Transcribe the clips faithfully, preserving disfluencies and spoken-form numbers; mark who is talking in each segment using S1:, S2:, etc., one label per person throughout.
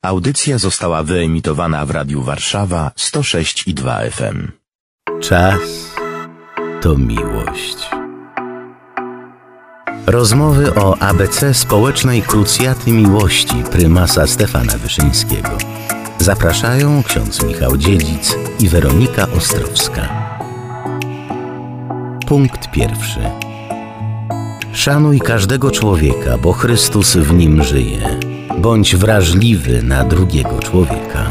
S1: Audycja została wyemitowana w Radiu Warszawa sto sześć i dwa F M.
S2: Czas to miłość. Rozmowy o A B C społecznej krucjaty miłości prymasa Stefana Wyszyńskiego. Zapraszają ksiądz Michał Dziedzic i Weronika Ostrowska. Punkt pierwszy. Szanuj każdego człowieka, bo Chrystus w nim żyje. Bądź wrażliwy na drugiego człowieka.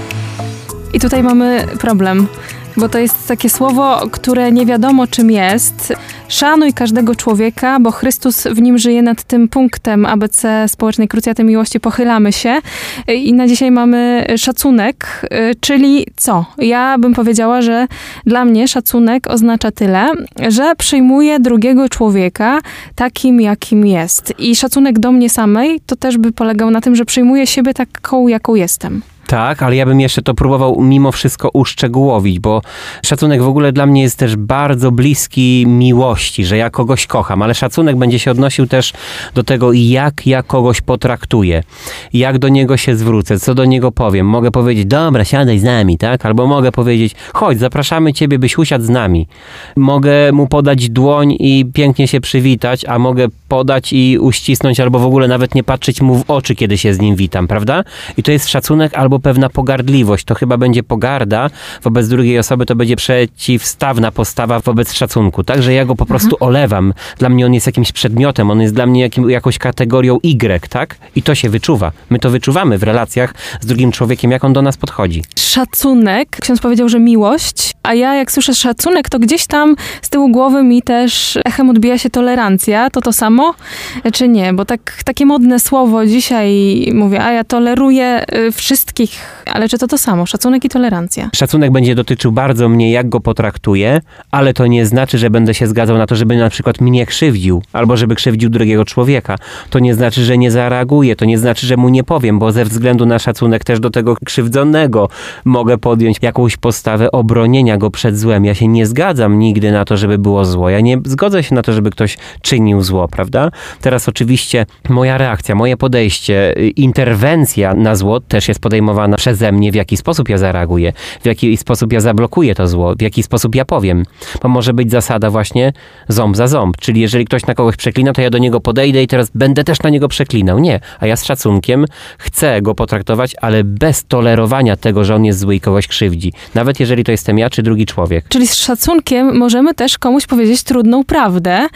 S3: I tutaj mamy problem, bo to jest takie słowo, które nie wiadomo czym jest. Szanuj każdego człowieka, bo Chrystus w nim żyje. Nad tym punktem A B C społecznej krucjaty miłości pochylamy się. I na dzisiaj mamy szacunek, czyli co? Ja bym powiedziała, że dla mnie szacunek oznacza tyle, że przyjmuję drugiego człowieka takim, jakim jest. I szacunek do mnie samej to też by polegał na tym, że przyjmuję siebie taką, jaką jestem.
S4: Tak, ale ja bym jeszcze to próbował mimo wszystko uszczegółowić, bo szacunek w ogóle dla mnie jest też bardzo bliski miłości, że ja kogoś kocham, ale szacunek będzie się odnosił też do tego, jak ja kogoś potraktuję, jak do niego się zwrócę, co do niego powiem. Mogę powiedzieć, dobra, siadaj z nami, tak? Albo mogę powiedzieć, chodź, zapraszamy ciebie, byś usiadł z nami. Mogę mu podać dłoń i pięknie się przywitać, a mogę podać i uścisnąć, albo w ogóle nawet nie patrzeć mu w oczy, kiedy się z nim witam, prawda? I to jest szacunek albo pewna pogardliwość. To chyba będzie pogarda wobec drugiej osoby, to będzie przeciwstawna postawa wobec szacunku. Także ja go po prostu mhm. olewam. Dla mnie on jest jakimś przedmiotem, on jest dla mnie jakim, jakąś kategorią Y, tak? I to się wyczuwa. My to wyczuwamy w relacjach z drugim człowiekiem, jak on do nas podchodzi.
S3: Szacunek. Ksiądz powiedział, że miłość, a ja jak słyszę szacunek, to gdzieś tam z tyłu głowy mi też echem odbija się tolerancja. To to samo? Czy nie? Bo tak, takie modne słowo dzisiaj mówię, a ja toleruję wszystkich, ale czy to to samo? Szacunek i tolerancja.
S4: Szacunek będzie dotyczył bardzo mnie, jak go potraktuję, ale to nie znaczy, że będę się zgadzał na to, żeby na przykład mnie krzywdził, albo żeby krzywdził drugiego człowieka. To nie znaczy, że nie zareaguję, to nie znaczy, że mu nie powiem, bo ze względu na szacunek też do tego krzywdzonego mogę podjąć jakąś postawę obronienia go przed złem. Ja się nie zgadzam nigdy na to, żeby było zło. Ja nie zgodzę się na to, żeby ktoś czynił zło, prawda? Teraz oczywiście moja reakcja, moje podejście, interwencja na zło też jest podejmowana przeze mnie, w jaki sposób ja zareaguję, w jaki sposób ja zablokuję to zło, w jaki sposób ja powiem. Bo może być zasada właśnie ząb za ząb. Czyli jeżeli ktoś na kogoś przeklina, to ja do niego podejdę i teraz będę też na niego przeklinał. Nie. A ja z szacunkiem chcę go potraktować, ale bez tolerowania tego, że on jest zły i kogoś krzywdzi. Nawet jeżeli to jestem ja, czy drugi człowiek.
S3: Czyli z szacunkiem możemy też komuś powiedzieć trudną prawdę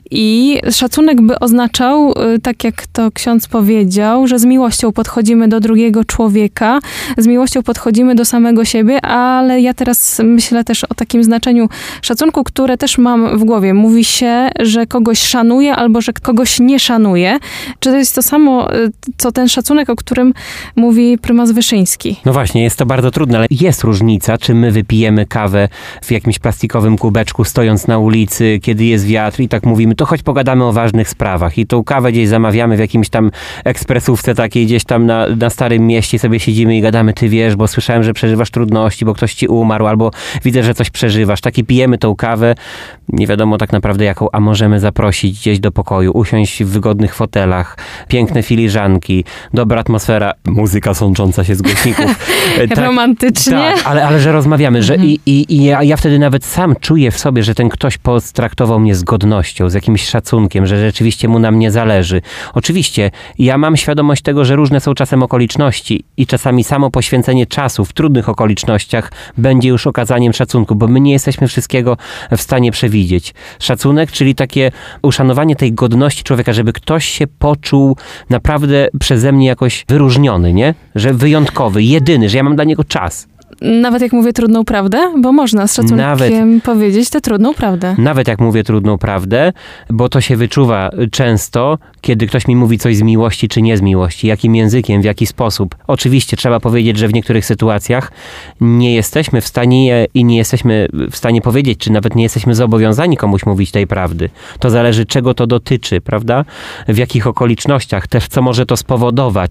S3: i szacunek by oznaczał, tak jak to ksiądz powiedział, że z miłością podchodzimy do drugiego człowieka, z miłością podchodzimy do samego siebie, ale ja teraz myślę też o takim znaczeniu szacunku, które też mam w głowie. Mówi się, że kogoś szanuje albo że kogoś nie szanuje. Czy to jest to samo, co ten szacunek, o którym mówi prymas Wyszyński?
S4: No właśnie, jest to bardzo trudne, ale jest różnica, czy my wypijemy kawę w jakimś plastikowym kubeczku, stojąc na ulicy, kiedy jest wiatr i tak mówimy, to choć pogadamy o ważnych sprawach i tą kawę gdzieś zamawiamy w jakimś tam ekspresówce takiej gdzieś tam na, na Starym Mieście, sobie siedzimy i gadamy, ty wiesz, bo słyszałem, że przeżywasz trudności, bo ktoś ci umarł, albo widzę, że coś przeżywasz. Tak i pijemy tą kawę, nie wiadomo tak naprawdę jaką, a możemy zaprosić gdzieś do pokoju, usiąść w wygodnych fotelach, piękne filiżanki, dobra atmosfera, muzyka sącząca się z głośników.
S3: tak, romantycznie.
S4: Tak, ale, ale że rozmawiamy, że mhm. i, i, i ja, ja wtedy nawet sam czuję w sobie, że ten ktoś potraktował mnie z godnością, z jakimś szacunkiem, że rzeczywiście mu na mnie zależy. Oczywiście, ja mam świadomość tego, że różne są czasem okoliczności i czasami samo poświęcenie czasu w trudnych okolicznościach będzie już okazaniem szacunku, bo my nie jesteśmy wszystkiego w stanie przewidzieć. Szacunek, czyli takie uszanowanie tej godności człowieka, żeby ktoś się poczuł naprawdę przeze mnie jakoś wyróżniony, nie? Że wyjątkowy, jedyny, że ja mam dla niego czas.
S3: Nawet jak mówię trudną prawdę? Bo można z szacunkiem nawet, powiedzieć tę trudną prawdę.
S4: Nawet jak mówię trudną prawdę, bo to się wyczuwa często, kiedy ktoś mi mówi coś z miłości czy nie z miłości, jakim językiem, w jaki sposób. Oczywiście trzeba powiedzieć, że w niektórych sytuacjach nie jesteśmy w stanie i nie jesteśmy w stanie powiedzieć, czy nawet nie jesteśmy zobowiązani komuś mówić tej prawdy. To zależy, czego to dotyczy, prawda? W jakich okolicznościach, też co może to spowodować.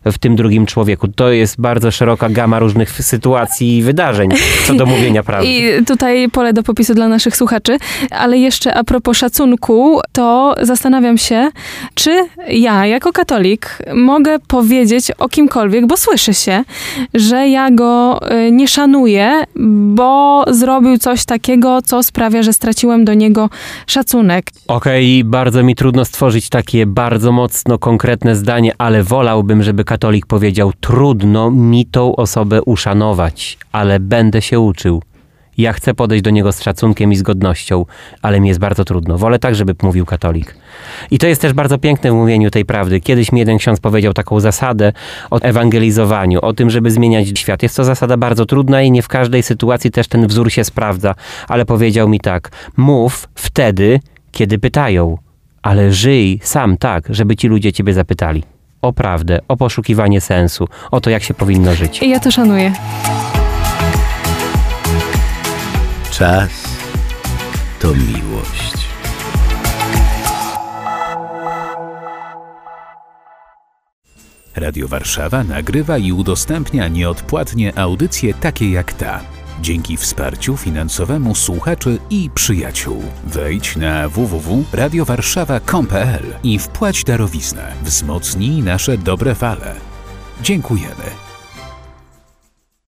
S4: w tym drugim człowieku. To jest bardzo szeroka gama różnych sytuacji i wydarzeń co do mówienia prawdy.
S3: I tutaj pole do popisu dla naszych słuchaczy. Ale jeszcze a propos szacunku, to zastanawiam się, czy ja jako katolik mogę powiedzieć o kimkolwiek, bo słyszy się, że ja go nie szanuję, bo zrobił coś takiego, co sprawia, że straciłem do niego szacunek.
S4: Okej, okay, bardzo mi trudno stworzyć takie bardzo mocno konkretne zdanie, ale wolałbym, żeby katolik powiedział: trudno mi tą osobę uszanować, ale będę się uczył. Ja chcę podejść do niego z szacunkiem i z godnością, ale mi jest bardzo trudno. Wolę tak, żeby mówił katolik. I to jest też bardzo piękne w mówieniu tej prawdy. Kiedyś mi jeden ksiądz powiedział taką zasadę o ewangelizowaniu, o tym, żeby zmieniać świat. Jest to zasada bardzo trudna i nie w każdej sytuacji też ten wzór się sprawdza. Ale powiedział mi tak: mów wtedy, kiedy pytają, ale żyj sam tak, żeby ci ludzie ciebie zapytali o prawdę, o poszukiwanie sensu, o to, jak się powinno żyć.
S3: I ja to szanuję.
S2: Czas to miłość.
S5: Radio Warszawa nagrywa i udostępnia nieodpłatnie audycje takie jak ta. Dzięki wsparciu finansowemu słuchaczy i przyjaciół. Wejdź na w w w kropka radio warszawa kropka com kropka p l i wpłać darowiznę. Wzmocnij nasze dobre fale. Dziękujemy.